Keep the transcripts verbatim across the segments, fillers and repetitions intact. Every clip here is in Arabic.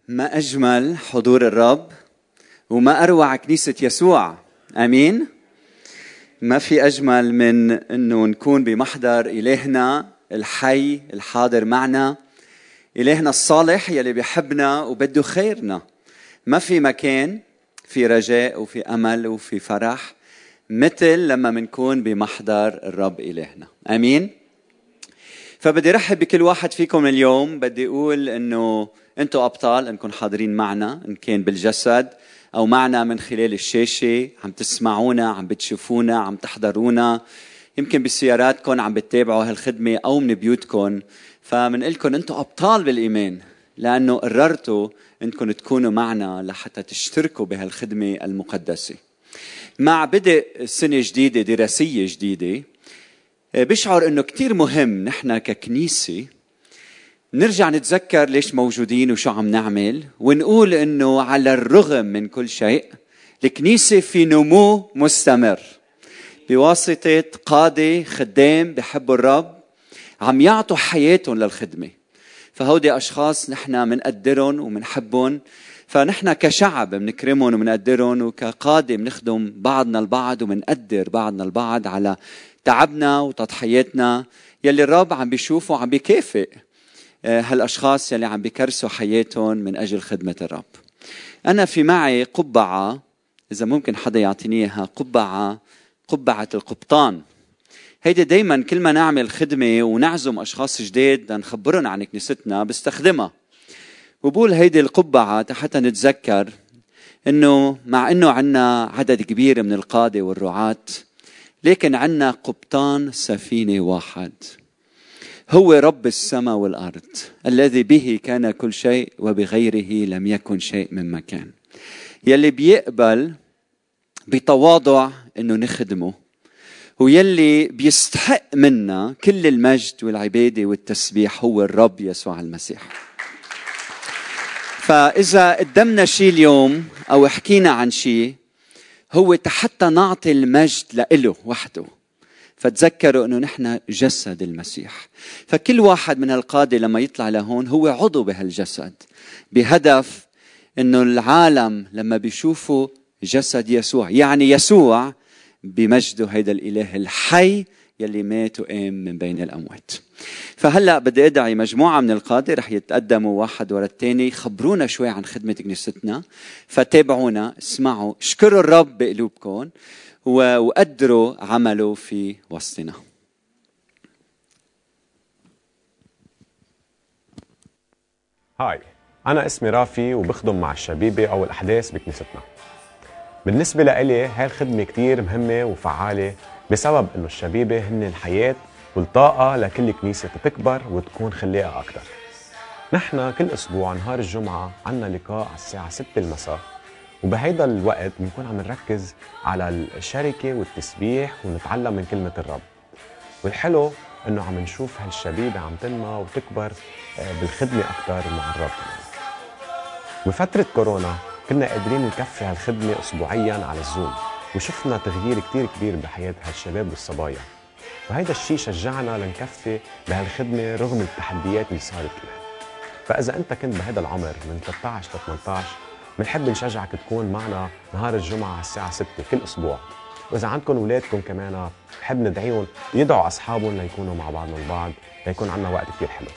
ما أجمل حضور الرب وما أروع كنيسة يسوع. أمين. ما في أجمل من أنه نكون بمحضر إلهنا الحي الحاضر معنا، إلهنا الصالح يلي بيحبنا وبده خيرنا. ما في مكان في رجاء وفي أمل وفي فرح مثل لما منكون بمحضر الرب إلهنا. أمين. فبدي رحب بكل واحد فيكم اليوم. بدي أقول أنه أنتوا أبطال أنكم حاضرين معنا، إن كان بالجسد أو معنا من خلال الشاشة، عم تسمعونا، عم بتشوفونا، عم تحضرونا، يمكن بسياراتكم عم بتتابعوا هالخدمة أو من بيوتكم. فمنقلكم أنتوا أبطال بالإيمان، لأنه قررتوا أنكم تكونوا معنا لحتى تشتركوا بهالخدمة المقدسة. مع بدء سنة جديدة دراسية جديدة، بشعر أنه كتير مهم نحن ككنيسة نرجع نتذكر ليش موجودين وشو عم نعمل، ونقول أنه على الرغم من كل شيء الكنيسة في نمو مستمر بواسطة قادة خدام بحبوا الرب عم يعطوا حياتهم للخدمة. فهودي أشخاص نحن منقدرهم ومنحبهم، فنحن كشعب منكرمهم ومنقدرهم، وكقادة منخدم بعضنا البعض ومنقدر بعضنا البعض على تعبنا وتضحياتنا يلي الرب عم بيشوفه وعم بيكافئ هالأشخاص يلي عم بيكرسوا حياتهم من أجل خدمة الرب. أنا في معي قبعة، إذا ممكن حدا يعطيني إياها، قبعة قبعة القبطان. هيدي دايما كل ما نعمل خدمة ونعزم أشخاص جديد نخبرهم عن كنيستنا بستخدمها، وبقول هيدي القبعة حتى نتذكر إنه مع إنه عنا عدد كبير من القادة والرعاة، لكن عنا قبطان سفينة واحد، هو رب السماء والأرض الذي به كان كل شيء وبغيره لم يكن شيء مما كان، يلي بيقبل بتواضع إنه نخدمه، ويلي بيستحق منا كل المجد والعبادة والتسبيح هو الرب يسوع المسيح. فإذا قدمنا شيء اليوم أو حكينا عن شيء، هو حتى نعطي المجد لإله وحده. فتذكروا أنه نحن جسد المسيح. فكل واحد من هالقادة لما يطلع لهون هو عضو بهالجسد، بهدف أنه العالم لما بيشوفوا جسد يسوع، يعني يسوع بمجده هيدا الإله الحي يلي مات وقام من بين الأموات. فهلأ بدي أدعي مجموعة من القادة رح يتقدموا واحد ورا التاني يخبرونا شوي عن خدمة كنيستنا. فتابعونا، اسمعوا، اشكروا الرب بقلوبكم وقدروا عمله في وسطنا. هاي، أنا اسمي رافي وبخدم مع الشبيبة أو الأحداث بكنيستنا. بالنسبة لإلي هاي الخدمة كتير مهمة وفعالة بسبب إنه الشبيبة هن الحياة والطاقة لكل كنيسة تكبر وتكون خلاقة أكتر. نحن كل أسبوع نهار الجمعة عنا لقاء على الساعة ستة المساء، وبهيدا الوقت بنكون عم نركز على الشركة والتسبيح ونتعلم من كلمة الرب. والحلو إنه عم نشوف هالشبيبة عم تنمى وتكبر بالخدمة أكتر مع الرب. بفترة كورونا كنا قادرين نكفي هالخدمة أسبوعياً على الزوم، وشفنا تغيير كتير كبير بحياة هالشباب والصبايا، وهيدا الشيء شجعنا لنكفي بهالخدمة رغم التحديات اللي صارت كمان. فإذا أنت كنت بهذا العمر من ثلاثة عشر ل ثمانية عشر، بنحب نشجعك تكون معنا نهار الجمعة على الساعة ستة كل أسبوع. وإذا عندكم أولادكم كمان بنحب ندعيهم يدعوا أصحابهم ليكونوا مع بعضنا البعض، ليكون عنا وقت كتير حلو.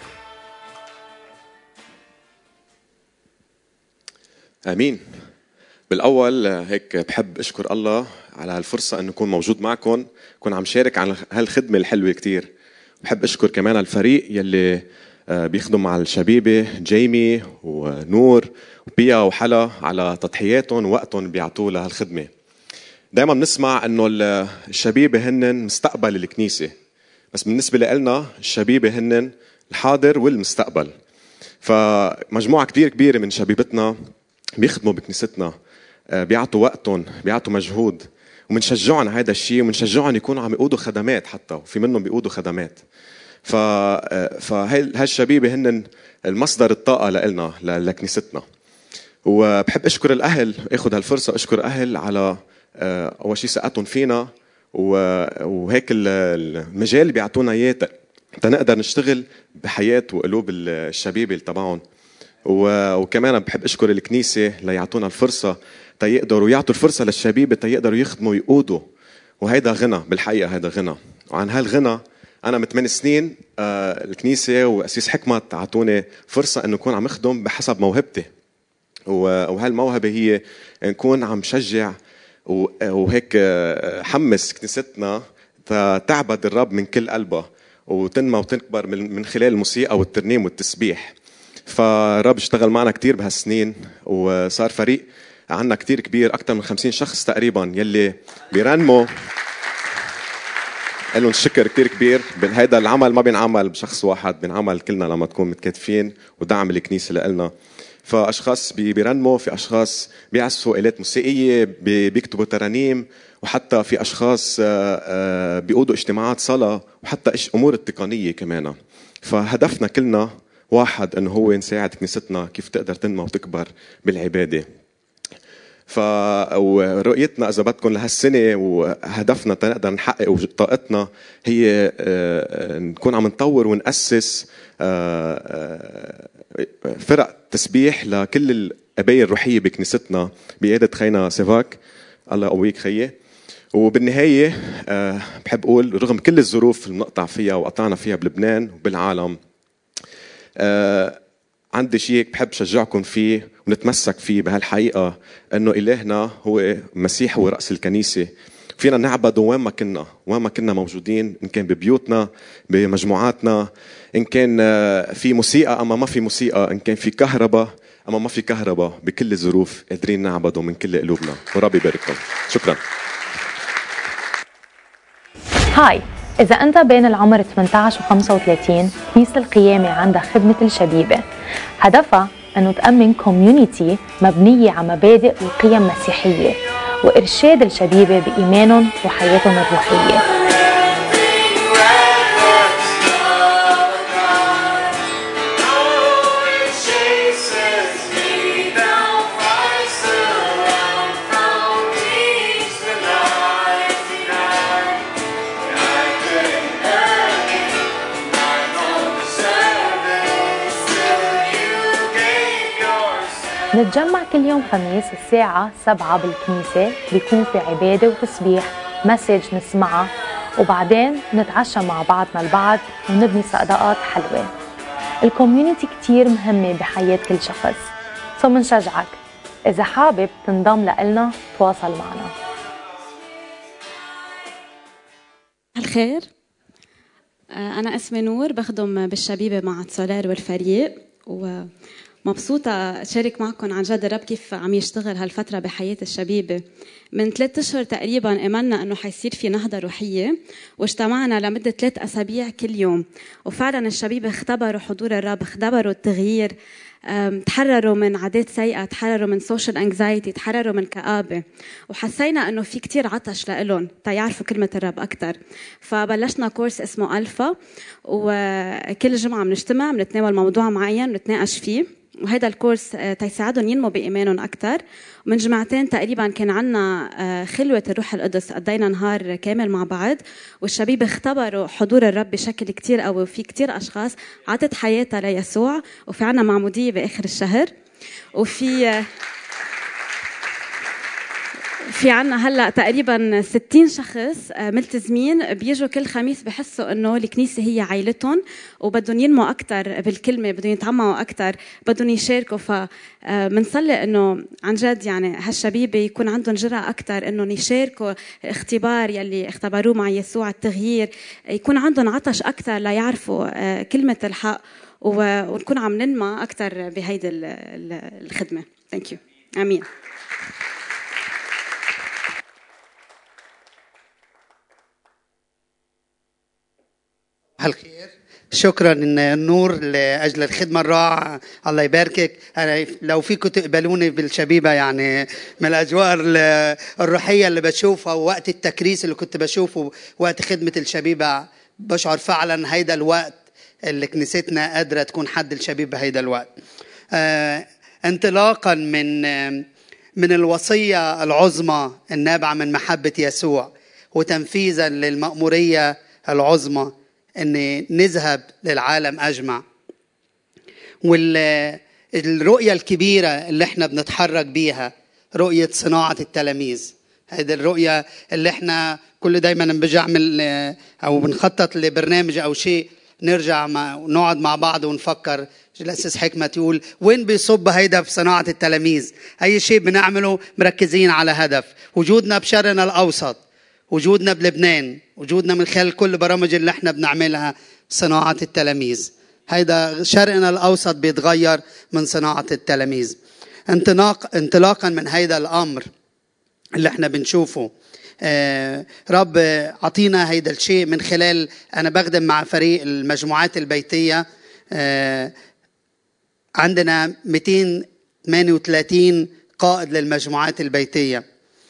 آمين. بالأول هيك بحب أشكر الله على هالفرصة أن أكون موجود معكم، أكون عم شارك عن هالخدمة الحلوة كتير. بحب أشكر كمان الفريق يلي بيخدم مع الشبيبة، جيمي ونور وبيا وحلا، على تضحياتهم ووقتهم بيعطوه لهالخدمة. دايما بنسمع أنه الشبيبة هنن مستقبل الكنيسة، بس بالنسبة لنا الشبيبة هنن الحاضر والمستقبل. فمجموعة كتير كبيرة من شبيبتنا بيخدموا بكنيستنا، بيعطوا وقتهم، بيعطوا مجهود، ومنشجعهم هذا الشيء، ومنشجعهم يكونوا عم يقودوا خدمات، حتى وفي منهم بيقودوا خدمات. ف فهالشبيبة هن المصدر الطاقة لنا لكنيستنا. وبحب أشكر الأهل، أخذ هالفرصة أشكر أهل على أول شيء ثقتهم فينا، وهيك المجال اللي بيعطونا إياه تنقدر نشتغل بحياة وقلوب الشبيبة تبعهم وكمان بحب أشكر الكنيسة ليعطونا الفرصة تيقدروا يعطوا الفرصة للشبيبة تيقدروا يخدموا ويقودوا، وهيدا غنى بالحقيقة، هيدا غنى. وعن هالغنى أنا من ثمان سنين آه الكنيسة وأسيس حكمت عطوني فرصة إنه أكون عم أخدم بحسب موهبتي، وهالموهبة هي نكون عم شجع وهيك حمس كنيستنا تعبد الرب من كل قلبها وتنمى وتكبر من خلال الموسيقى والترنيم والتسبيح. فالرب اشتغل معنا كتير بهالسنين، وصار فريق عنا كتير كبير، أكتر من خمسين شخص تقريبا يلي بيرنموا. لهم الشكر كتير كبير. هيدا العمل ما بينعمل بشخص واحد، بينعمل كلنا لما تكون متكاتفين ودعم الكنيسة لنا. فأشخاص بيرنموا، في أشخاص بيعزفوا آلات موسيقية، بيكتبوا ترانيم، وحتى في أشخاص بيقودوا اجتماعات صلاة، وحتى أمور التقنية كمان. فهدفنا كلنا واحد، إنه هو نساعد كنيستنا كيف تقدر تنمى وتكبر بالعبادة. فرؤيتنا إذا بدكم لهالسنة وهدفنا تنقدر نحقق طاقتنا هي نكون عم نطور ونأسس فرق تسبيح لكل الأباية الروحية بكنيستنا بقيادة خينا سيفاك، الله يقويك خيي. وبالنهاية بحب أقول رغم كل الظروف المقطع فيها وقطعنا فيها بلبنان وبالعالم، عندي شيء بحب شجعكم فيه ونتمسك فيه بهالحقيقة، أنه إلهنا هو مسيح، هو رأس الكنيسة. فينا نعبده وين ما كنا، وين ما كنا موجودين، إن كان ببيوتنا، بمجموعاتنا، إن كان في موسيقى أما ما في موسيقى، إن كان في كهرباء أما ما في كهرباء، بكل الظروف قادرين نعبده من كل قلوبنا. وربي يبارككم. شكرا. هاي، إذا أنت بين العمر ثمانية عشر و خمسة وثلاثين، كنيسة القيامة عندها خدمة الشبيبة، هدفها أنه تأمن كوميونيتي مبنية على مبادئ وقيم مسيحية، وإرشاد الشبيبة بإيمانهم وحياتهم الروحية. نتجمع كل يوم خميس الساعة سبعة بالكنيسة، بيكون في عبادة وتسبيح، مسج نسمعها، وبعدين نتعشى مع بعضنا البعض ونبني صداقات حلوة. الكوميونيتي كتير مهمة بحياة كل شخص، فمنشجعك إذا حابب تنضم لنا تواصل معنا. الخير، أنا اسمي نور، بخدم بالشبيبة مع سولار والفريق، و مبسوطة أشارك معكم عن جد الرب كيف عم يشتغل هالفترة بحياة الشبيبة. من ثلاثة أشهر تقريباً آمنا أنه حيصير في نهضة روحية، واجتمعنا لمدة ثلاث أسابيع كل يوم، وفعلاً الشبيبة اختبروا حضور الرب، اختبروا التغيير، تحرروا من عادات سيئة، تحرروا من سوشيال انكزايتي، تحرروا من كآبة، وحسينا أنه في كتير عطش لإلهم تيعرفوا كلمة الرب أكتر. فبلشنا كورس اسمه ألفا، وكل جمعة بنجتمع بنتناول موضوع معين بنتناقش فيه، وهذا الكورس تيساعدهم ينمو بإيمانهم أكتر. ومن جمعتين تقريبا كان عنا خلوة الروح القدس، قضينا نهار كامل مع بعض، والشبيبة اختبروا حضور الرب بشكل كتير قوي، وفي كتير أشخاص عطت حياتها ليسوع، وفي عنا معمودية بآخر الشهر، وفي في عنا هلأ تقريبا ستين شخص ملتزمين، بيجوا كل خميس بحسوا انه الكنيسة هي عائلتهم، وبدهم ينموا اكتر بالكلمة، بدهم يتعمقوا اكتر، بدهم يشاركوا. فمنصلي انه عن جد يعني هالشبيبة يكون عندهم جرأة اكتر انهم يشاركوا اختبار يلي اختبروه مع يسوع، التغيير، يكون عندهم عطش اكتر ليعرفوا كلمة الحق، ونكون عم ننمى اكتر بهيدي الخدمة. ثانك يو. امين. الخير، شكرا نور لاجل الخدمه الرائعه، الله يباركك. انا لو فيكم تقبلوني بالشبيبه، يعني من الاجواء الروحيه اللي بشوفها ووقت التكريس اللي كنت بشوفه وقت خدمه الشبيبه، بشعر فعلا هيدا الوقت اللي كنيستنا قادره تكون حد الشبيبه. هيدا الوقت آه انطلاقا من من الوصيه العظمى النابعه من محبه يسوع، وتنفيذا للمأموريه العظمى أن نذهب للعالم أجمع. الرؤية الكبيرة اللي احنا بنتحرك بيها رؤية صناعة التلاميذ. هذه الرؤية اللي احنا كل دايما بنعمل او بنخطط لبرنامج او شيء، نرجع مع ونقعد مع بعض ونفكر. الأسيس حكمة يقول وين بيصب هيدا في صناعة التلاميذ؟ أي شيء بنعمله مركزين على هدف. وجودنا بشرقنا الأوسط، وجودنا بلبنان، وجودنا من خلال كل برامج اللي احنا بنعملها صناعة التلاميذ. هيدا شرقنا الأوسط بيتغير من صناعة التلاميذ. انطلاق انطلاقا من هيدا الأمر اللي احنا بنشوفه، آه رب عطينا هيدا الشيء من خلال، أنا بخدم مع فريق المجموعات البيتية. آه عندنا مئتين وثمانية وثلاثين قائد للمجموعات البيتية،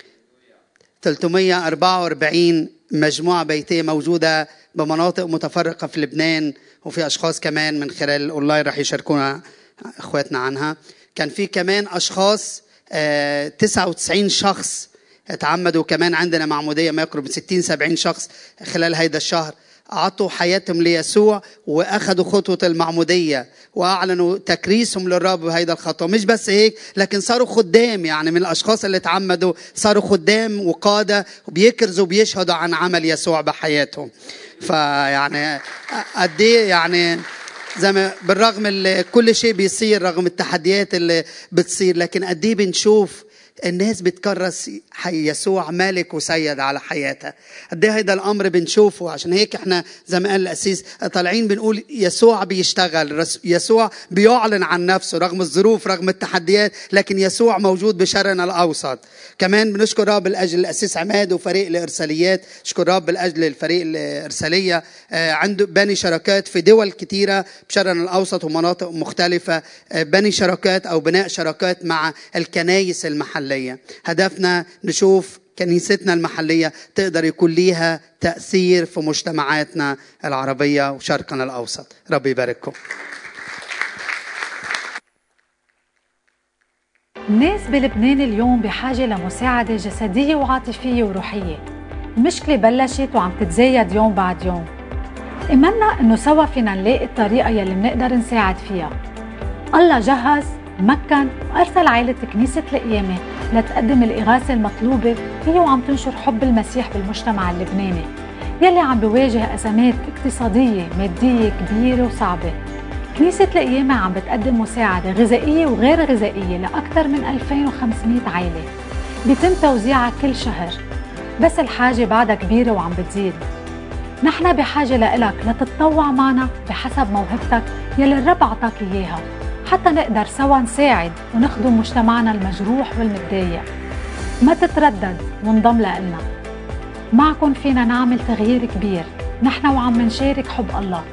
ثلاثمئة وأربعة وأربعين مجموعة بيتية موجودة بمناطق متفرقة في لبنان، وفي أشخاص كمان من خلال الأونلاين رح يشاركونا أخواتنا عنها. كان في كمان أشخاص آه تسعة وتسعين شخص اتعمدوا، كمان عندنا معمودية ما يقرب ستين سبعين شخص خلال هيدا الشهر أعطوا حياتهم ليسوع وأخذوا خطوة المعمودية وأعلنوا تكريسهم للرب بهيدا الخطوة. مش بس هيك، لكن صاروا خدام، يعني من الأشخاص اللي تعمدوا صاروا خدام وقادة وبيكرزوا وبيشهدوا عن عمل يسوع بحياتهم. فيعني قد ايه يعني زي ما بالرغم اللي كل شيء بيصير، رغم التحديات اللي بتصير، لكن قد ايه بنشوف الناس بتكرس يسوع مالك وسيد على حياتها. قد ايه هيدا الامر بنشوفه. عشان هيك احنا زي ما قال القسيس طالعين بنقول يسوع بيشتغل، يسوع بيعلن عن نفسه رغم الظروف رغم التحديات، لكن يسوع موجود بشرقنا الاوسط. كمان بنشكر رب لاجل القسيس عماد وفريق الارساليات، نشكر رب لاجل الفريق الارساليه عنده بني شراكات في دول كتيره بشرقنا الاوسط ومناطق مختلفه، بني شراكات او بناء شراكات مع الكنائس المحليه. هدفنا نشوف كنيستنا المحلية تقدر يكون ليها تأثير في مجتمعاتنا العربية وشرقنا الأوسط. ربي يبارككم. الناس بلبنان اليوم بحاجة لمساعدة جسدية وعاطفية وروحية. المشكلة بلشت وعم تتزايد يوم بعد يوم. إيماننا إنه سوا فينا نلاقي الطريقة يلي منقدر نساعد فيها. الله جهز مكن وأرسل عائلة كنيسة القيامة لتقدم الإغاثة المطلوبة هي وعم تنشر حب المسيح بالمجتمع اللبناني يلي عم بيواجه أزمات اقتصادية مادية كبيرة وصعبة. كنيسة القيامة عم بتقدم مساعدة غذائية وغير غذائية لأكثر من ألفين وخمسمئة عائلة بيتم توزيعها كل شهر، بس الحاجة بعدها كبيرة وعم بتزيد. نحن بحاجة لإلك لتتطوع معنا بحسب موهبتك يلي الرب عطاك إياها حتى نقدر سوا نساعد ونخدم مجتمعنا المجروح والمتضايق. ما تتردد وانضم لنا. معكم فينا نعمل تغيير كبير، نحن وعم نشارك حب الله.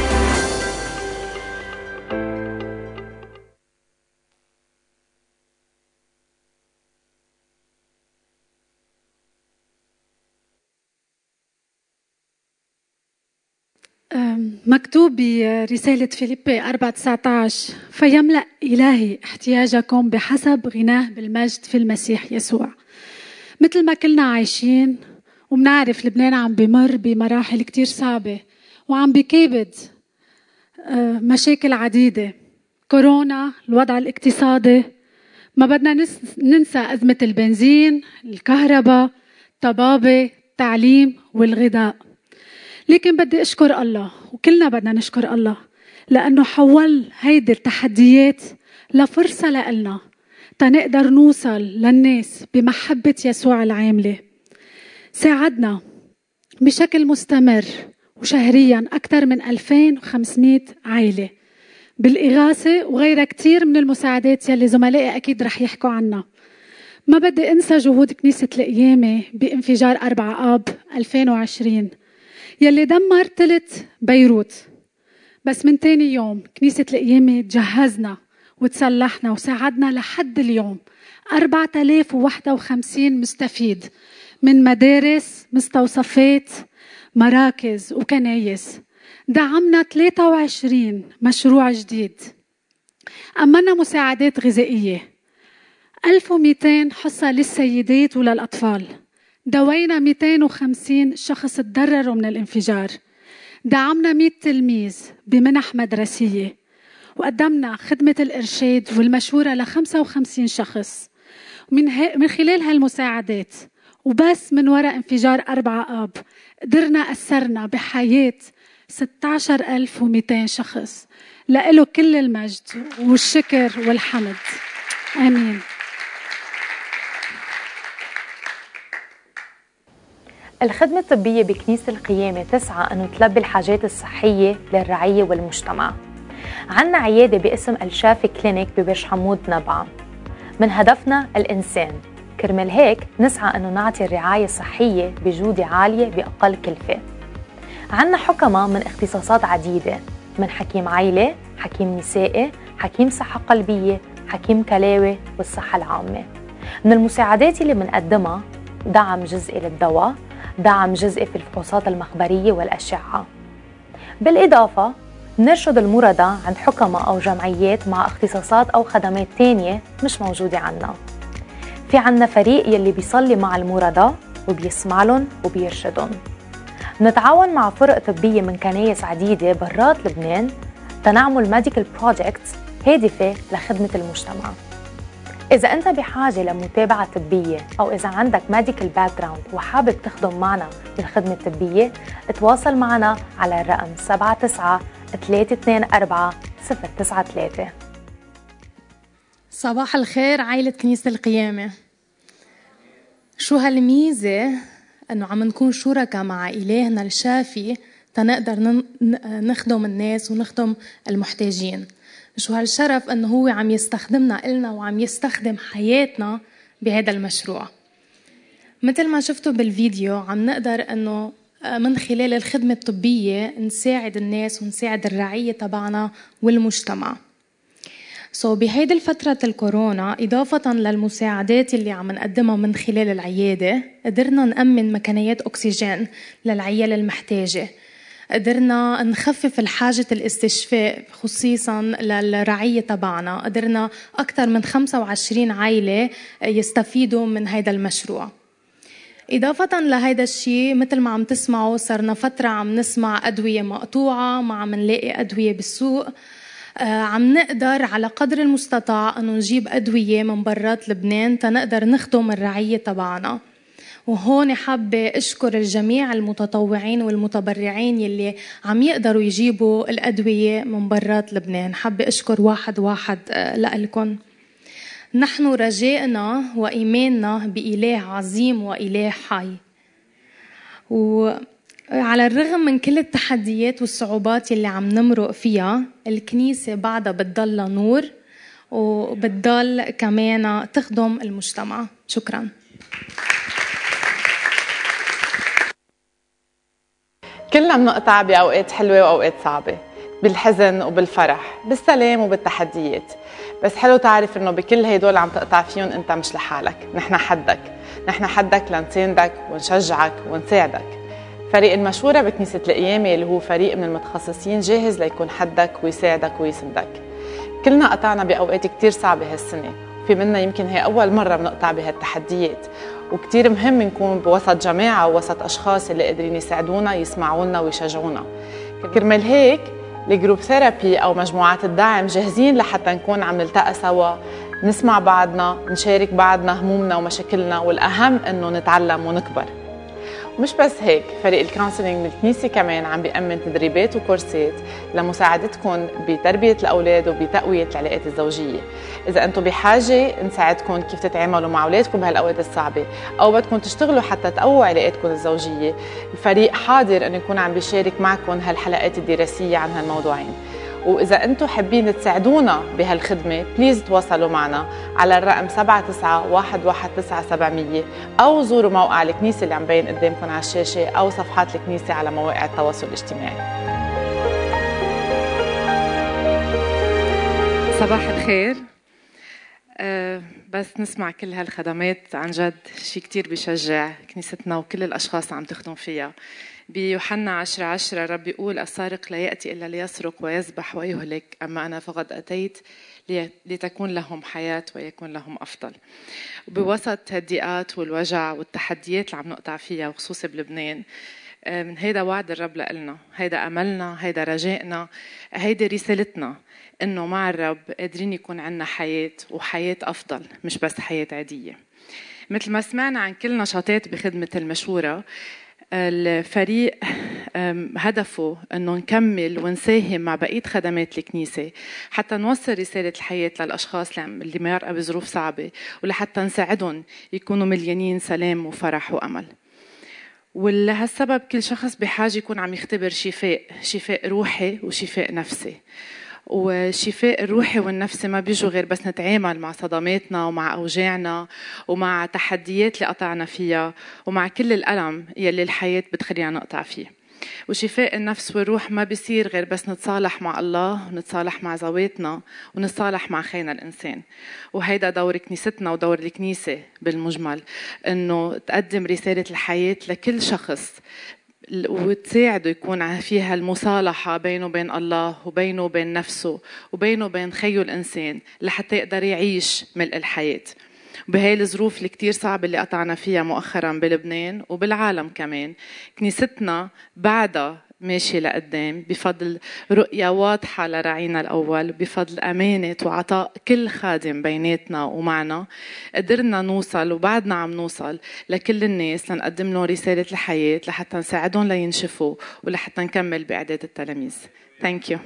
مكتوب برسالة فيليبي أربعة تسعة عشر فيملأ إلهي احتياجكم بحسب غناه بالمجد في المسيح يسوع. مثل ما كلنا عايشين ومنعرف لبنان عم بمر بمراحل كتير صعبة وعم بكابد مشاكل عديدة، كورونا، الوضع الاقتصادي، ما بدنا ننسى أزمة البنزين، الكهرباء، الطبابة، التعليم والغذاء. لكن بدي أشكر الله، وكلنا بدنا نشكر الله لأنه حول هيدي التحديات لفرصة لنا تنقدر نوصل للناس بمحبة يسوع العاملة. ساعدنا بشكل مستمر وشهريا أكثر من ألفين وخمسمئة عائلة بالإغاثة وغيرها كتير من المساعدات يلي زملائي أكيد رح يحكوا عنها. ما بدي أنسى جهود كنيسة القيامة بانفجار أربعة آب ألفين وعشرين يلي دمر ثلث بيروت، بس من تاني يوم كنيسة القيامة تجهزنا وتسلحنا وساعدنا لحد اليوم أربعة آلاف وواحد وخمسين مستفيد من مدارس، مستوصفات، مراكز وكنايس. دعمنا ثلاثة وعشرين مشروع جديد. أمنا مساعدات غذائية ألف ومئتين حصة للسيدات وللأطفال. دوينا مئتين وخمسين شخص تضرروا من الانفجار. دعمنا مئة تلميذ بمنح مدرسية وقدمنا خدمة الإرشاد والمشورة ل خمسة وخمسين شخص. من, من خلال هالمساعدات وبس من وراء انفجار أربعة آب قدرنا أثرنا بحياة ستة عشر ألف ومئتين شخص. لإله كل المجد والشكر والحمد. آمين. الخدمة الطبية بكنيسة القيامة تسعى أنه تلبي الحاجات الصحية للرعية والمجتمع. عنا عيادة باسم الشافي كلينيك ببرج حمود نبعة. من هدفنا الإنسان، كرمال هيك نسعى أنه نعطي الرعاية الصحية بجودة عالية بأقل كلفة. عنا حكمة من اختصاصات عديدة، من حكيم عائلة، حكيم نسائي، حكيم صحة قلبية، حكيم كلاوي والصحة العامة. من المساعدات اللي بنقدمها دعم جزئي للدواء، دعم جزئي في الفحوصات المخبرية والأشعة. بالإضافة نرشد المرضى عند حكمة أو جمعيات مع اختصاصات أو خدمات تانية مش موجودة عنا. في عنا فريق يلي بيصلي مع المرضى وبيسمع لهم وبيرشدهم. نتعاون مع فرق طبية من كنايس عديدة برات لبنان تنعمل ميديكال بروجيكتس هادفة لخدمة المجتمع. إذا أنت بحاجة لمتابعة طبية أو إذا عندك ميديكال باك جراوند وحابب تخدم معنا بالخدمة الطبية، اتواصل معنا على الرقم سبعة تسعة ثلاثة اثنين أربعة صفر تسعة ثلاثة. صباح الخير عائلة كنيسة القيامة. شو هالميزة أنه عم نكون شركاء مع إلهنا الشافي تنقدر نخدم الناس ونخدم المحتاجين. شو هالشرف أنه هو عم يستخدمنا إلنا وعم يستخدم حياتنا بهذا المشروع. مثل ما شفتوا بالفيديو عم نقدر أنه من خلال الخدمة الطبية نساعد الناس ونساعد الرعية تبعنا والمجتمع. so بهيدي الفترة الكورونا إضافة للمساعدات اللي عم نقدمها من خلال العيادة، قدرنا نأمن مكانيات أكسجين للعيال المحتاجة، قدرنا نخفف الحاجة الاستشفاء خصيصا للرعية تبعنا، قدرنا أكثر من خمسة وعشرين عائلة يستفيدوا من هذا المشروع. إضافة لهذا الشيء مثل ما عم تسمعوا صرنا فترة عم نسمع أدوية مقطوعة، ما عم نلاقي أدوية بالسوق. عم نقدر على قدر المستطاع أنه نجيب أدوية من برات لبنان تنقدر نخدم الرعية تبعنا. وهون حابة أشكر الجميع المتطوعين والمتبرعين يلي عم يقدروا يجيبوا الأدوية من برات لبنان. حابة أشكر واحد واحد لألكن. نحن رجائنا وإيماننا بإله عظيم وإله حي، وعلى الرغم من كل التحديات والصعوبات اللي عم نمرق فيها، الكنيسة بعدها بتضل نور وبتضل كمان تخدم المجتمع. شكراً. كلنا بنقطع بأوقات حلوة وأوقات صعبة، بالحزن وبالفرح، بالسلام وبالتحديات. بس حلو تعرف إنه بكل هيدول عم تقطع فيهم أنت مش لحالك، نحن حدك، نحن حدك لنساندك ونشجعك ونساعدك. فريق المشورة بكنيسة القيامة اللي هو فريق من المتخصصين جاهز ليكون حدك ويساعدك ويسندك. كلنا قطعنا بأوقات كتير صعبة هالسنة، في منا يمكن هي أول مرة بنقطع بهالتحديات، وكتير مهم نكون بوسط جماعة ووسط أشخاص اللي قادرين يساعدونا يسمعونا ويشجعونا. كرمال هيك الجروب ثيرابي أو مجموعات الدعم جاهزين لحتى نكون عم نلتقى سوا، نسمع بعضنا، نشارك بعضنا همومنا ومشاكلنا، والأهم إنه نتعلم ونكبر. ومش بس هيك، فريق الكونسلينج من الكنيسة كمان عم بيأمن تدريبات وكورسات لمساعدتكم بتربية الأولاد وبتقوية العلاقات الزوجية. إذا أنتم بحاجة نساعدكم كيف تتعاملوا مع أولادكم بهالأوقات الصعبة، أو بدكم تشتغلوا حتى تقووا علاقاتكم الزوجية، الفريق حاضر أن يكون عم بيشارك معكم هالحلقات الدراسية عن هالموضوعين. وإذا أنتم حابين تساعدونا بهالخدمة، بليز تواصلوا معنا على الرقم سبعة تسعة واحد واحد تسعة سبعمية، أو زوروا موقع الكنيسة اللي عم بين قدامكم على الشاشة، أو صفحات الكنيسة على مواقع التواصل الاجتماعي. صباح الخير. أه بس نسمع كل هالخدمات عن جد شيء كتير بيشجع كنيستنا وكل الأشخاص عم تخدم فيها. بيوحنا عشرة عشرة رب يقول السارق لا يأتي إلا ليسرق ويذبح ويهلك، أما أنا فقد أتيت لتكون لهم حياة ويكون لهم أفضل. بوسط الضيقات والوجع والتحديات اللي عم نقطع فيها وخصوصا بلبنان، من هيدا وعد الرب لنا، هيدا أملنا، هيدا رجائنا، هيدا رسالتنا، إنه مع الرب قادرين يكون عنا حياة وحياة أفضل، مش بس حياة عادية. مثل ما سمعنا عن كل نشاطات بخدمة المشورة، الفريق هدفه أنه نكمل ونساهم مع بقية خدمات الكنيسة حتى نوصل رسالة الحياة للأشخاص اللي مرقوا بظروف صعبة، ولحتى نساعدهم يكونوا مليانين سلام وفرح وأمل. ولهالسبب كل شخص بحاجة يكون عم يختبر شفاء، شفاء روحي وشفاء نفسي. والشفاء الروحي والنفسي ما بيجوا غير بس نتعامل مع صدماتنا ومع أوجاعنا ومع تحديات اللي قطعنا فيها ومع كل الألم يلي الحياة بتخلينا نقطع فيه. وشفاء النفس والروح ما بيصير غير بس نتصالح مع الله ونتصالح مع ذواتنا ونتصالح مع خينا الإنسان. وهيدا دور كنيستنا ودور الكنيسة بالمجمل، إنه تقدم رسالة الحياة لكل شخص وتساعده يكون فيها المصالحة بينه وبين الله وبينه وبين نفسه وبينه وبين خيه الإنسان لحتى يقدر يعيش ملء الحياة. بهاي الظروف اللي كتير صعبة اللي قطعنا فيها مؤخرا بلبنان وبالعالم كمان، كنيستنا بعدها ماشي لقدام بفضل رؤية واضحة لرعينا الأول، بفضل أمانة وعطاء كل خادم بيناتنا ومعنا. قدرنا نوصل وبعدنا عم نوصل لكل الناس لنقدم لهم رسالة الحياة لحتى نساعدهم لينشفوا ولحتى نكمل بإعداد التلاميذ. Thank you.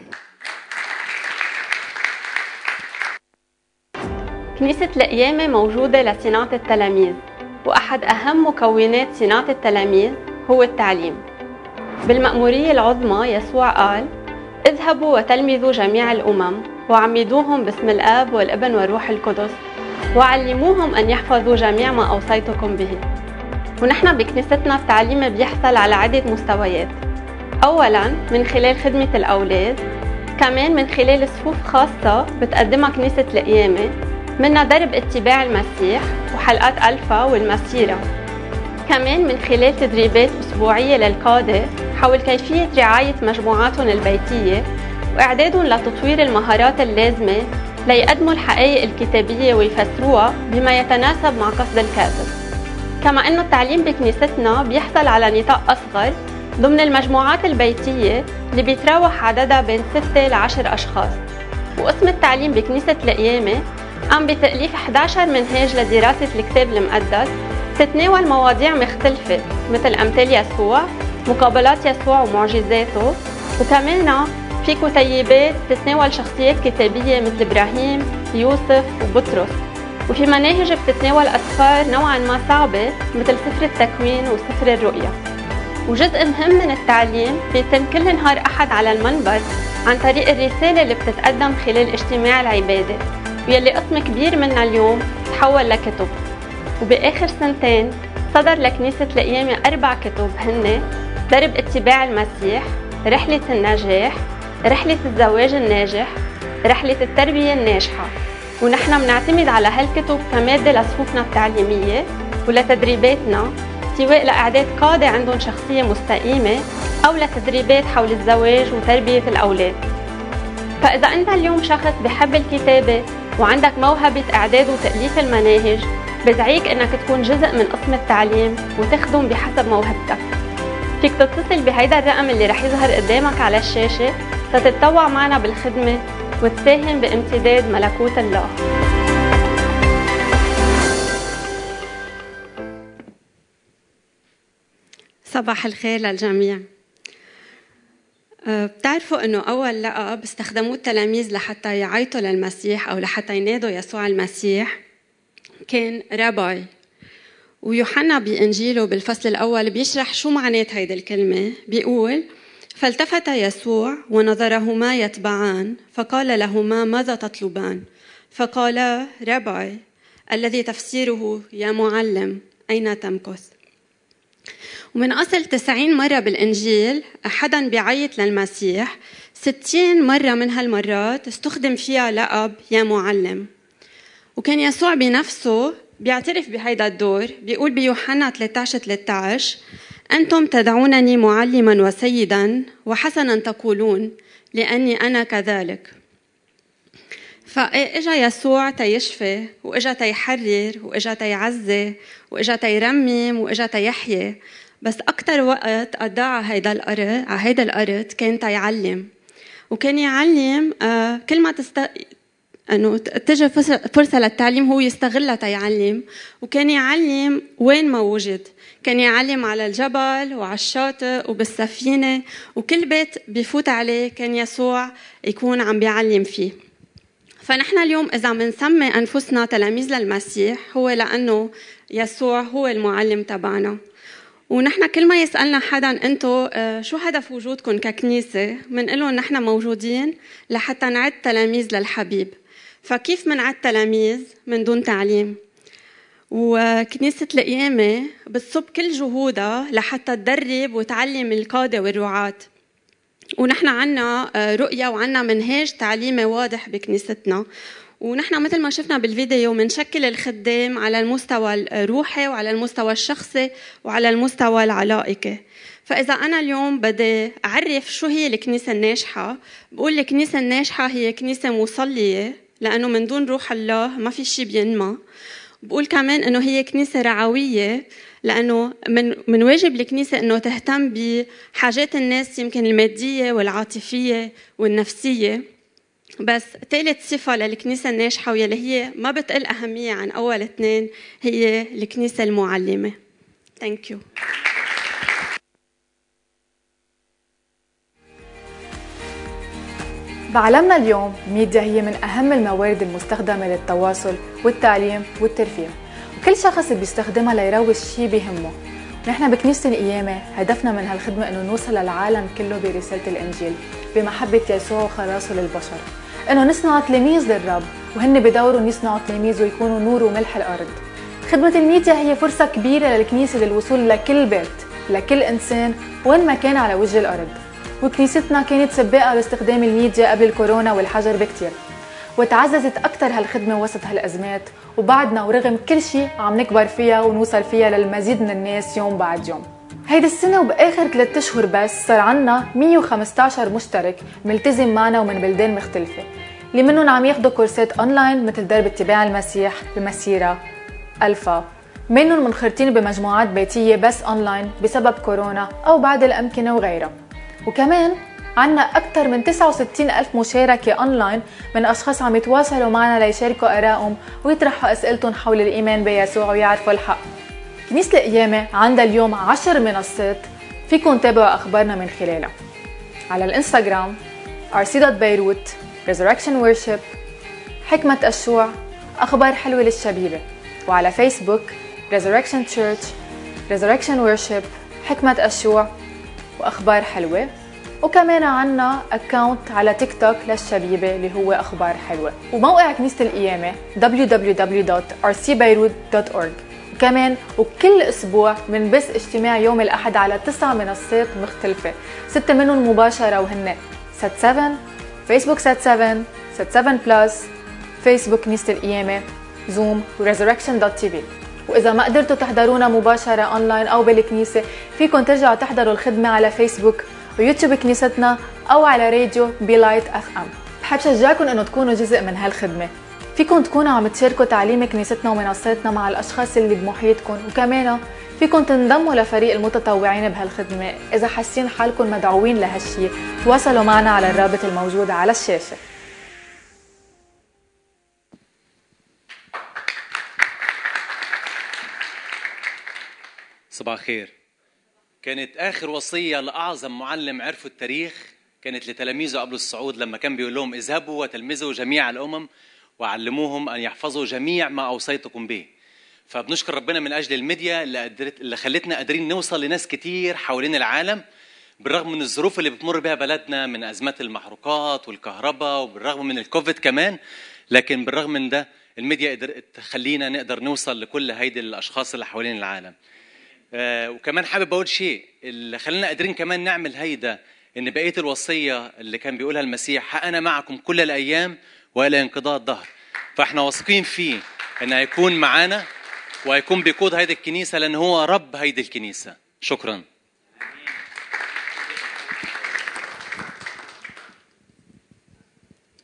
كنيسة القيامة موجودة لصناعة التلاميذ، وأحد أهم مكونات صناعة التلاميذ هو التعليم. بالمأمورية العظمى يسوع قال: اذهبوا وتلمذوا جميع الأمم وعمدوهم باسم الآب والابن والروح القدس وعلموهم أن يحفظوا جميع ما أوصيتكم به. ونحن بكنيستنا التعليم بيحصل على عدة مستويات. أولاً من خلال خدمة الأولاد، كمان من خلال صفوف خاصة بتقدمها كنيسة القيامة، منها درب اتباع المسيح وحلقات ألفا والمسيرة. كمان من خلال تدريبات أسبوعية للقادة حول كيفية رعاية مجموعاتهم البيتية وإعدادهم لتطوير المهارات اللازمة ليقدموا الحقائق الكتابية ويفسروها بما يتناسب مع قصد الكاتب. كما أنه التعليم بكنيستنا بيحصل على نطاق أصغر ضمن المجموعات البيتية اللي بيتراوح عددها بين ستة لعشر أشخاص. وقسم التعليم بكنيسة القيامة قام بتأليف إحدى عشر منهاج لدراسة الكتاب المقدس تتناول مواضيع مختلفة مثل أمثال يسوع، مقابلات يسوع ومعجزاته، وكمان في كتيبات تتناول شخصيات كتابية مثل إبراهيم، يوسف وبطرس. وفي مناهج بتتناول أسفار نوعا ما صعبة مثل سفر التكوين وسفر الرؤيا. وجزء مهم من التعليم بيتم كل نهار أحد على المنبر عن طريق الرسالة اللي بتتقدم خلال اجتماع العبادة، ويلي قسم كبير منها اليوم تحول لكتب. وبآخر سنتين صدر لكنيسة القيامة أربع كتب هن درب اتباع المسيح، رحلة النجاح، رحلة الزواج الناجح، رحلة التربية الناجحة. ونحن بنعتمد على هالكتب كمادة لصفوفنا التعليمية ولتدريباتنا، سواء لإعداد قادة عندهم شخصية مستقيمة أو لتدريبات حول الزواج وتربية الأولاد. فإذا أنت اليوم شخص بحب الكتابة وعندك موهبة إعداد وتأليف المناهج، بدعيك إنك تكون جزء من قسم التعليم وتخدم بحسب موهبتك. فيك تتصل بهيدا الرقم اللي رح يظهر قدامك على الشاشة تتطوع معنا بالخدمة وتساهم بامتداد ملكوت الله. صباح الخير للجميع. بتعرفوا انه اول لقب استخدموه التلاميذ لحتى يعيطوا للمسيح او لحتى ينادوا يسوع المسيح كان راباي. ويوحنا بإنجيله بالفصل الأول بيشرح شو معنات هيدي الكلمة. بيقول: فالتفت يسوع ونظرهما يتبعان فقال لهما: ماذا تطلبان؟ فقالا: راباي، الذي تفسيره يا معلم، أين تمكث؟ ومن أصل تسعين مرة بالإنجيل أحدا بيعيط للمسيح، ستين مرة من هالمرات استخدم فيها لقب يا معلم. وكان يسوع بنفسه بيعترف بهيدا الدور. بيقول بيوحنا ثلاثة عشر ثلاثة عشر: أنتم تدعونني معلما وسيدا وحسنا تقولون، لأني أنا كذلك. فإجا يسوع تيشفي، وإجا تيحرر، وإجا تيعزي، وإجا تيرمم، وإجا تيحيي. بس أكتر وقت قضاه على هيدا الأرض على هيدا الأرض كان تيعلم، وكان يعلم آه كل ما تست انه تجي فرصه للتعليم هو يستغلها تيعلم، وكان يعلم وين ما وجد، كان يعلم على الجبل وعلى الشاطئ وبالسفينه، وكل بيت بيفوت عليه كان يسوع يكون عم بيعلم فيه. فنحن اليوم اذا بنسمي انفسنا تلاميذ للمسيح هو لانه يسوع هو المعلم تبعنا. ونحن كل ما يسألنا حدا انتو شو هدف وجودكم ككنيسة، منقلهم نحن موجودين لحتى نعد تلاميذ للحبيب. فكيف منعد تلاميذ من دون تعليم؟ وكنيسة القيامة بتصب كل جهودها لحتى تدرب وتعلم القادة والرعاة. ونحن عنا رؤية وعنا منهاج تعليمي واضح بكنيستنا، ونحن مثل ما شفنا بالفيديو منشكل الخدام على المستوى الروحي وعلى المستوى الشخصي وعلى المستوى العلائقي. فإذا أنا اليوم بدي أعرف شو هي الكنيسة الناجحة، بقول الكنيسة الناجحة هي كنيسة مصلية، لأنه من دون روح الله ما في شيء بينمى. بقول كمان إنه هي كنيسة رعوية، لأنه من من واجب الكنيسة إنه تهتم بحاجات الناس يمكن المادية والعاطفية والنفسية. بس ثالث صفة للكنيسة الناجحة واللي هي ما بتقل أهمية عن أول اثنين هي الكنيسة المعلمة. Thank you. بعالمنا اليوم الميديا هي من أهم الموارد المستخدمة للتواصل والتعليم والترفيه، وكل شخص بيستخدمها ليروج شيء بيهمه. نحن بكنيسة القيامة هدفنا من هالخدمة إنه نوصل للعالم كله برسالة الإنجيل بمحبة يسوع وخلاصه للبشر، إنه نصنع تلاميذ للرب وهن بدورهم يصنعوا تلاميذ ويكونوا نور وملح الأرض. خدمة الميديا هي فرصة كبيرة للكنيسة للوصول لكل بيت، لكل إنسان وين ما كان على وجه الأرض. وكنيستنا كانت سباقة باستخدام الميديا قبل الكورونا والحجر بكتير، وتعززت أكتر هالخدمة وسط هالأزمات، وبعدنا ورغم كل شيء عم نكبر فيها ونوصل فيها للمزيد من الناس يوم بعد يوم. هيدي السنة وبآخر ثلاثة أشهر بس صار عنا مية وخمسة عشر مشترك ملتزم معنا ومن بلدان مختلفة، اللي منهم عم ياخدوا كورسات أونلاين مثل درب اتباع المسيح بمسيرة ألفا، منهم منخرطين بمجموعات بيتية بس أونلاين بسبب كورونا أو بعض الأمكنة وغيرها. وكمان عنا أكثر من تسعة وستين ألف مشاركة أونلاين من أشخاص عم يتواصلوا معنا ليشاركوا آرائهم ويطرحوا أسئلتهم حول الإيمان بيسوع ويعرفوا الحق. كنيسة القيامة عندها اليوم عشر منصات فيكم تابعوا أخبارنا من خلالها. على الإنستغرام آر سي دوت بيروت، Resurrection Worship، حكمة الشوع، أخبار حلوة للشبيبة. وعلى فيسبوك Resurrection Church، Resurrection Worship، حكمة الشوع وأخبار حلوة. وكمان عنا أكاونت على تيك توك للشبيبة اللي هو أخبار حلوة. وموقع كنيسة القيامة دبليو دبليو دبليو دوت آر سي بيروت دوت أورج. وكمان وكل أسبوع منبث اجتماع يوم الأحد على تسع منصات مختلفة، ستة منهم مباشرة وهن سات سبعة، فيسبوك سات سبعة، سات سبعة بلس، فيسبوك كنيسة القيامة، زوم وريزركشن دوت تي في. وإذا ما قدرتوا تحضرونا مباشرة أونلاين أو بالكنيسة، فيكن ترجعوا تحضروا الخدمة على فيسبوك ويوتيوب كنيستنا أو على راديو بلايت اف ام. بحب شجعكم إنه تكونوا جزء من هالخدمة. فيكن تكونوا عم تشاركوا تعليم كنيستنا ومنصاتنا مع الأشخاص اللي بمحيطكم، وكمان فيكن تنضموا لفريق المتطوعين بهالخدمة. إذا حاسين حالكم مدعوين لهالشي تواصلوا معنا على الرابط الموجود على الشاشة. صباح الخير. كانت آخر وصية لأعظم معلم عرفوا التاريخ كانت لتلاميذه قبل الصعود، لما كان بيقول لهم اذهبوا وتلمذوا جميع الأمم وعلموهم أن يحفظوا جميع ما أوصيتكم به. فبنشكر ربنا من أجل الميديا اللي, قدرت اللي خلتنا قادرين نوصل لناس كتير حوالين العالم، بالرغم من الظروف اللي بتمر بها بلدنا من أزمات المحروقات والكهرباء، وبالرغم من الكوفيد كمان. لكن بالرغم من ده الميديا قدرت تخلينا نقدر نوصل لكل هيدي الأشخاص اللي حوالين العالم. آه وكمان حابب أقول شيء اللي خلينا قادرين كمان نعمل هيدا، إن بقية الوصية اللي كان بيقولها المسيح أنا معكم كل الأيام وإلى انقضاء الدهر، فإحنا واثقين فيه إنه هيكون معانا وهيكون بيقود هيدي الكنيسة، لأن هو رب هيدي الكنيسة. شكرا.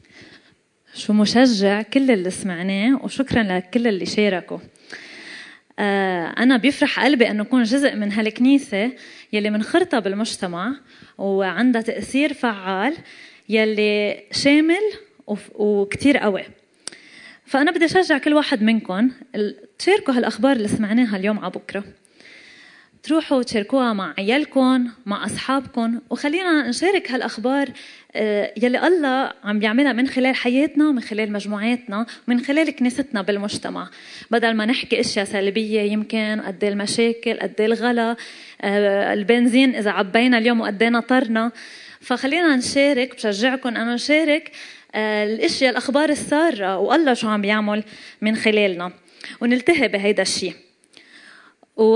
شو مشجع كل اللي سمعناه، وشكرا لكل اللي شاركوا. أنا بيفرح قلبي أنه أكون جزء من هالكنيسة يلي منخرطة بالمجتمع وعندها تأثير فعال يلي شامل وكتير قوي. فأنا بدي أشجع كل واحد منكم تشاركوا هالأخبار اللي سمعناها اليوم على بكرة، تروحوا تشاركوها مع عيالكم مع أصحابكم، وخلينا نشارك هالأخبار يلي الله عم بيعملها من خلال حياتنا ومن خلال مجموعاتنا ومن خلال كنيستنا بالمجتمع، بدل ما نحكي أشياء سلبية يمكن قد المشاكل قد الغلا البنزين إذا عبينا اليوم وقدينا طرنا. فخلينا نشارك، بشجعكم أنا نشارك الاشياء الاخبار الساره والله شو عم بيعمل من خلالنا ونلتهي بهيدا الشيء. و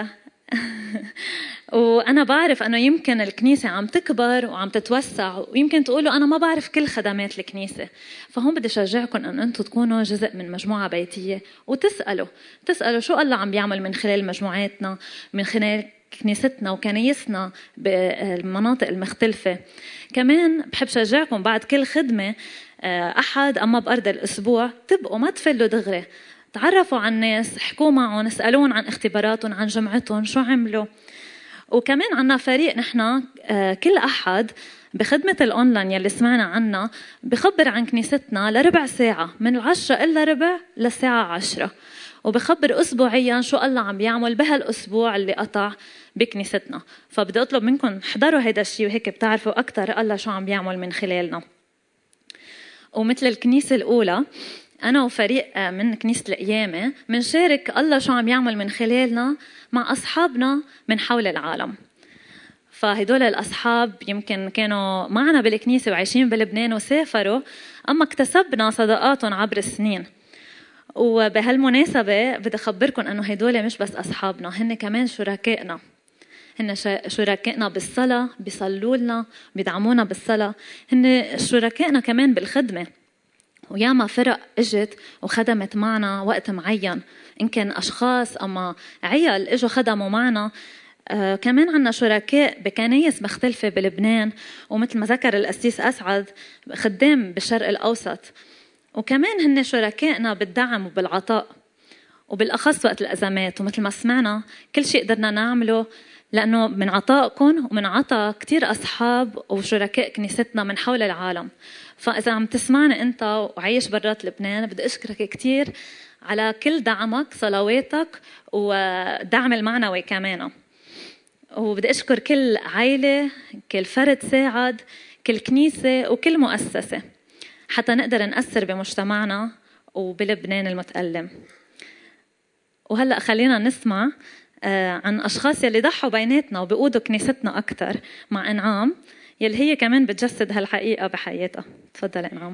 وانا بعرف انه يمكن الكنيسه عم تكبر وعم تتوسع، ويمكن تقولوا انا ما بعرف كل خدمات الكنيسه، فهون بدي اشجعكم ان انتم تكونوا جزء من مجموعه بيتيه وتسالوا تسالوا شو الله عم بيعمل من خلال مجموعاتنا من خلال كنيستنا وكنايسنا بالمناطق المختلفة. كمان بحب شجعكم بعد كل خدمة أحد أما بأرض الأسبوع تبقوا ما تفلوا دغري، تعرفوا عن الناس، احكوا معهم، اسألون عن اختباراتهم عن جمعتهم شو عملوا. وكمان عنا فريق نحن كل أحد بخدمة الأونلاين يلي سمعنا عنها بخبر عن كنيستنا لربع ساعة من العشرة إلا ربع للساعة عشرة، وبخبر أسبوعيا شو الله عم بيعمل بهالأسبوع اللي قطع بكنيستنا. فبدي أطلب منكم حضروا هيدا الشيء وهيك بتعرفوا أكتر الله شو عم بيعمل من خلالنا. ومثل الكنيسة الأولى أنا وفريق من كنيسة القيامة منشارك الله شو عم يعمل من خلالنا مع أصحابنا من حول العالم. فهدول الأصحاب يمكن كانوا معنا بالكنيسة وعايشين بلبنان وسافروا، أما اكتسبنا صداقاتهم عبر السنين. وبهالمناسبة بدي أخبركم أنه هدول مش بس أصحابنا، هن كمان شركائنا، هن شركائنا بالصلاة، بيصلوا لنا، بيدعمونا بالصلاة، هن شركائنا كمان بالخدمة. وياما فرق اجت وخدمت معنا وقت معين، إن كان أشخاص أما عيال اجوا خدموا معنا. آه كمان عنا شركاء بكنايس مختلفة بلبنان، ومثل ما ذكر القسيس أسعد خدام بالشرق الأوسط. وكمان هن شركائنا بالدعم وبالعطاء، وبالأخص وقت الأزمات. ومثل ما سمعنا كل شيء قدرنا نعمله لأنه من عطائكم ومن عطاء كتير أصحاب وشركاء كنيستنا من حول العالم. فإذا عم تسمعنا أنت وعايش برات لبنان بدي أشكرك كتير على كل دعمك، صلواتك ودعم المعنوي كمان. وبدي أشكر كل عائلة، كل فرد ساعد، كل كنيسة وكل مؤسسة حتى نقدر نأثر بمجتمعنا وبلبنان المتألم. وهلأ خلينا نسمع عن أشخاص يلي ضحوا بيناتنا وبقودوا كنيستنا أكتر مع إنعام يلي هي كمان بتجسد هالحقيقة بحياتها. تفضل إنعام.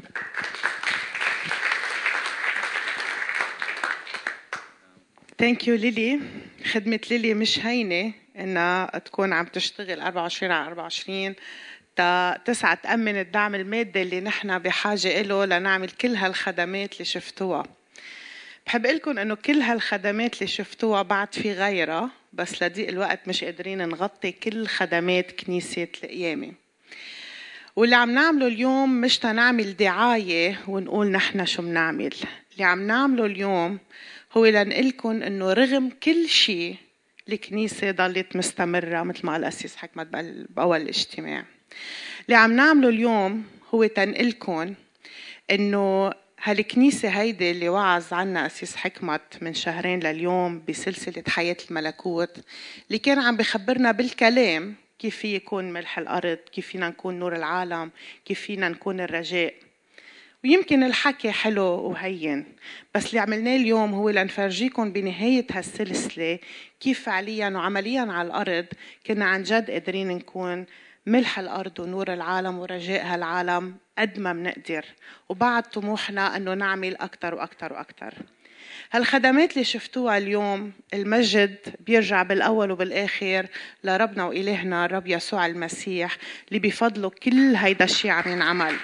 ثانك يو ليلي. خدمة ليلي مش هينة إنها تكون عم تشتغل أربعة وعشرين على أربعة وعشرين تسعى تأمن الدعم المادي اللي نحن بحاجة إله لنعمل كل هالخدمات اللي شفتوها. بحب لكم إنه كل هالخدمات اللي شفتوها بعد في غيرها، بس لضيق الوقت مش قادرين نغطي كل خدمات كنيسة القيامة. واللي عم نعمله اليوم مش تنعمل دعاية ونقول نحن شو بنعمل، اللي عم نعمله اليوم هو لنقلكم إنه رغم كل شيء الكنيسة ضلت مستمرة مثل ما قال القسيس حكمت بأول الاجتماع. اللي عم نعمله اليوم هو تنقلكم إنه هالكنيسة هيدي اللي وعظ عنها قسيس حكمت من شهرين لليوم بسلسلة حياة الملكوت، اللي كان عم بخبرنا بالكلام كيف فيه يكون ملح الأرض، كيف فينا نكون نور العالم، كيف فينا نكون الرجاء. ويمكن الحكي حلو وهين، بس اللي عملناه اليوم هو لنفرجيكم بنهاية هالسلسلة كيف فعليا وعمليا على الأرض كنا عن جد قادرين نكون ملح الأرض ونور العالم ورجاء هالعالم قد ما بنقدر، وبعد طموحنا أنه نعمل أكتر وأكتر وأكتر. هالخدمات اللي شفتوها اليوم المجد بيرجع بالأول وبالآخر لربنا وإلهنا الرب يسوع المسيح اللي بفضله كل هيدا الشيء عم ينعمل.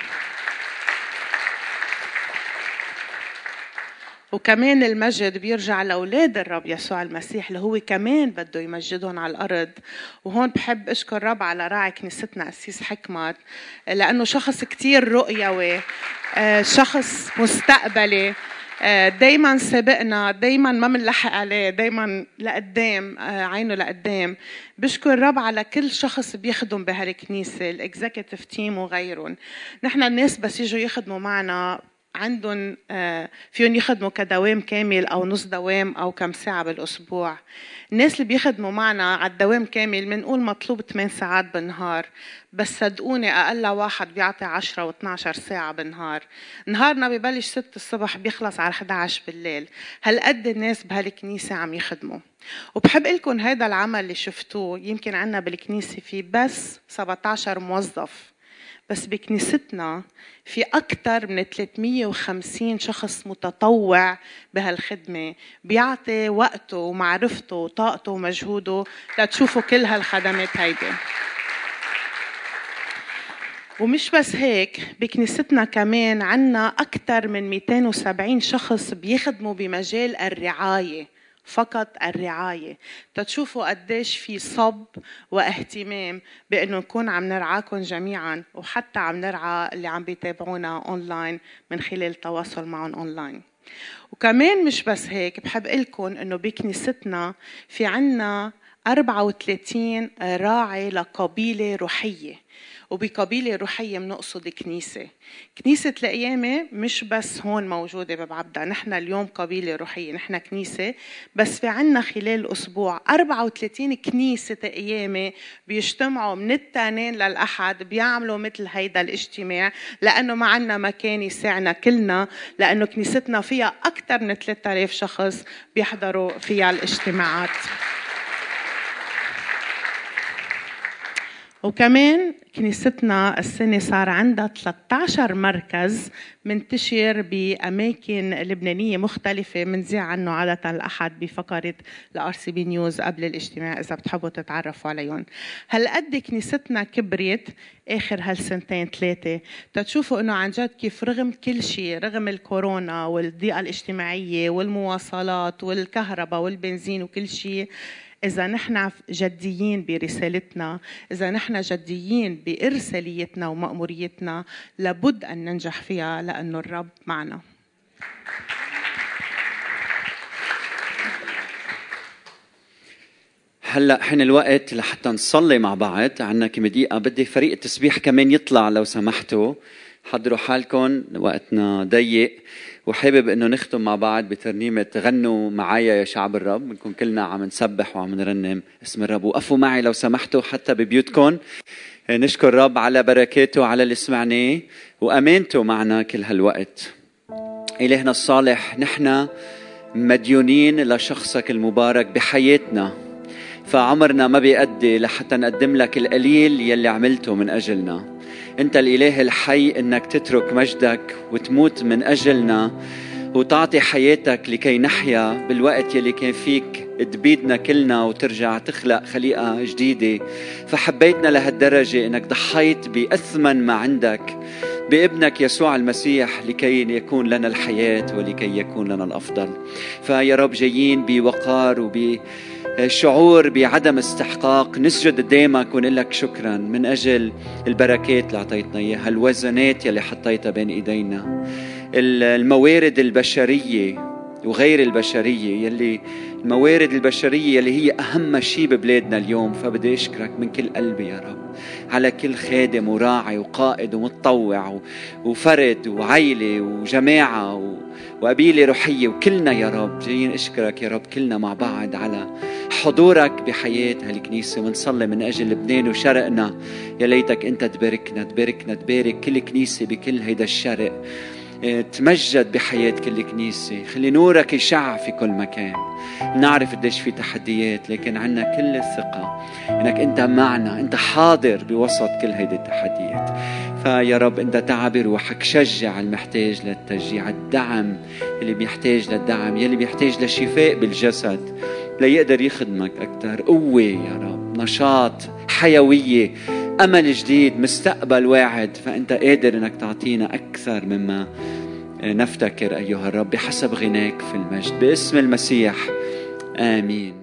وكمان المجد بيرجع لأولاد الرب يسوع المسيح اللي هو كمان بده يمجدهم على الأرض. وهون بحب أشكر رب على راعي كنيستنا قسيس حكمت، لأنه شخص كتير رؤيوي، شخص مستقبلي، دايما سابقنا، دايما ما منلحق عليه، دايما لقدام، عينه لقدام. بشكر الرب على كل شخص بيخدم بهالكنيسة، الاكزيكتيف تيم وغيرهم. نحن الناس بس يجوا يخدموا معنا عندهم فيهم يخدموا كدوام كامل أو نص دوام أو كم ساعة بالأسبوع. الناس اللي بيخدموا معنا على الدوام كامل منقول مطلوب ثمان ساعات بالنهار، بس صدقوني أقل واحد بيعطي عشرة واثناشر ساعة بالنهار. نهارنا ببلش ستة الصبح بيخلص على إحدى عشر بالليل. هالقد الناس بهالكنيسة عم يخدموا. وبحب لكم هذا العمل اللي شفتوه، يمكن عنا بالكنيسة في بس سبعة عشر موظف، بس بكنيستنا في أكثر من ثلاثمية وخمسين شخص متطوع بهالخدمة، بيعطي وقته ومعرفته وطاقته ومجهوده لتشوفوا كل هالخدمات هيدي. ومش بس هيك، بكنيستنا كمان عنا أكثر من مئتين وسبعين شخص بيخدموا بمجال الرعاية، فقط الرعاية، تتشوفوا قديش في صب واهتمام بأنه نكون عم نرعاكم جميعا، وحتى عم نرعى اللي عم بيتابعونا أونلاين من خلال التواصل معهم أونلاين. وكمان مش بس هيك، بحب لكم أنه بكنيستنا في عنا أربعة وثلاثين راعي لقبيلة روحية، وبقبيلة روحية منقصد كنيسة. كنيسة القيامة مش بس هون موجودة ببعبدة، نحن اليوم قبيلة روحية، نحن كنيسة، بس في عنا خلال الأسبوع أربعة وثلاثين كنيسة قيامة بيجتمعوا من التنين للأحد، بيعملوا مثل هيدا الاجتماع، لأنه ما عنا مكان يسعنا كلنا، لأنه كنيستنا فيها أكثر من ثلاثة آلاف شخص بيحضروا فيها الاجتماعات. وكمان كنيستنا السنة صار عندها ثلاثة عشر مركز منتشر بأماكن لبنانية مختلفة، منذيع عنه عادة الأحد بفقرة الار سي بي نيوز قبل الاجتماع إذا بتحبوا تتعرفوا عليهم. هالقد كنيستنا كبرت آخر هالسنتين ثلاثة، تتشوفوا إنه عن جد كيف رغم كل شيء، رغم الكورونا والضيقة الاجتماعية والمواصلات والكهرباء والبنزين وكل شيء، إذا نحن جديين برسالتنا، إذا نحن جديين بإرساليتنا ومأموريتنا، لابد أن ننجح فيها لأنه الرب معنا. هلأ حين الوقت لحتى نصلي مع بعض. عنا كم دقيقة، بدي فريق التسبيح كمان يطلع لو سمحتوا، حضروا حالكم، وقتنا ضيق، وحابب انه نختم مع بعض بترنيمة غنوا معايا يا شعب الرب. بنكون كلنا عم نسبح وعم نرنم اسم الرب. وقفوا معي لو سمحتوا حتى ببيوتكم. نشكر الرب على بركاته، على اللي سمعناه وأمانته معنا كل هالوقت. إلهنا الصالح، نحن مديونين لشخصك المبارك بحياتنا، فعمرنا ما بيقدي لحتى نقدم لك القليل يلي عملته من أجلنا. أنت الإله الحي، إنك تترك مجدك وتموت من أجلنا وتعطي حياتك لكي نحيا بالوقت يلي كان فيك تبيدنا كلنا وترجع تخلق خليقة جديدة. فحبيتنا لهالدرجة إنك ضحيت بأثمن ما عندك بابنك يسوع المسيح لكي يكون لنا الحياة ولكي يكون لنا الأفضل. فيا رب جايين بوقار وب شعور بعدم استحقاق نسجد قدامك ونقول لك شكرا من أجل البركات اللي عطيتنا إياها، الوزنات يلي حطيتها بين إيدينا، الموارد البشرية وغير البشرية، يلي الموارد البشرية يلي هي أهم شيء ببلادنا اليوم. فبدي أشكرك من كل قلبي يا رب على كل خادم وراعي وقائد ومتطوع وفرد وعيلة وجماعة وقبيلة روحية، وكلنا يا رب جايين أشكرك يا رب كلنا مع بعض على حضورك بحياة هالكنيسة. ونصلي من أجل لبنان وشرقنا، يا ليتك أنت تباركنا تباركنا تبارك كل كنيسة بكل هيدا الشرق، تمجد بحياة كل كنيسة، خلي نورك يشع في كل مكان. نعرف قديش في تحديات، لكن عنا كل الثقة إنك أنت معنا، أنت حاضر بوسط كل هيدي التحديات. فيا رب أنت تعبر روحك، شجع المحتاج للتشجيع، الدعم اللي بيحتاج للدعم، يلي بيحتاج للشفاء بالجسد ليقدر يخدمك أكتر، قوة يا رب، نشاط، حيوية، أمل جديد، مستقبل واعد. فأنت قادر أنك تعطينا أكثر مما نفتكر أيها الرب بحسب غناك في المجد، باسم المسيح آمين.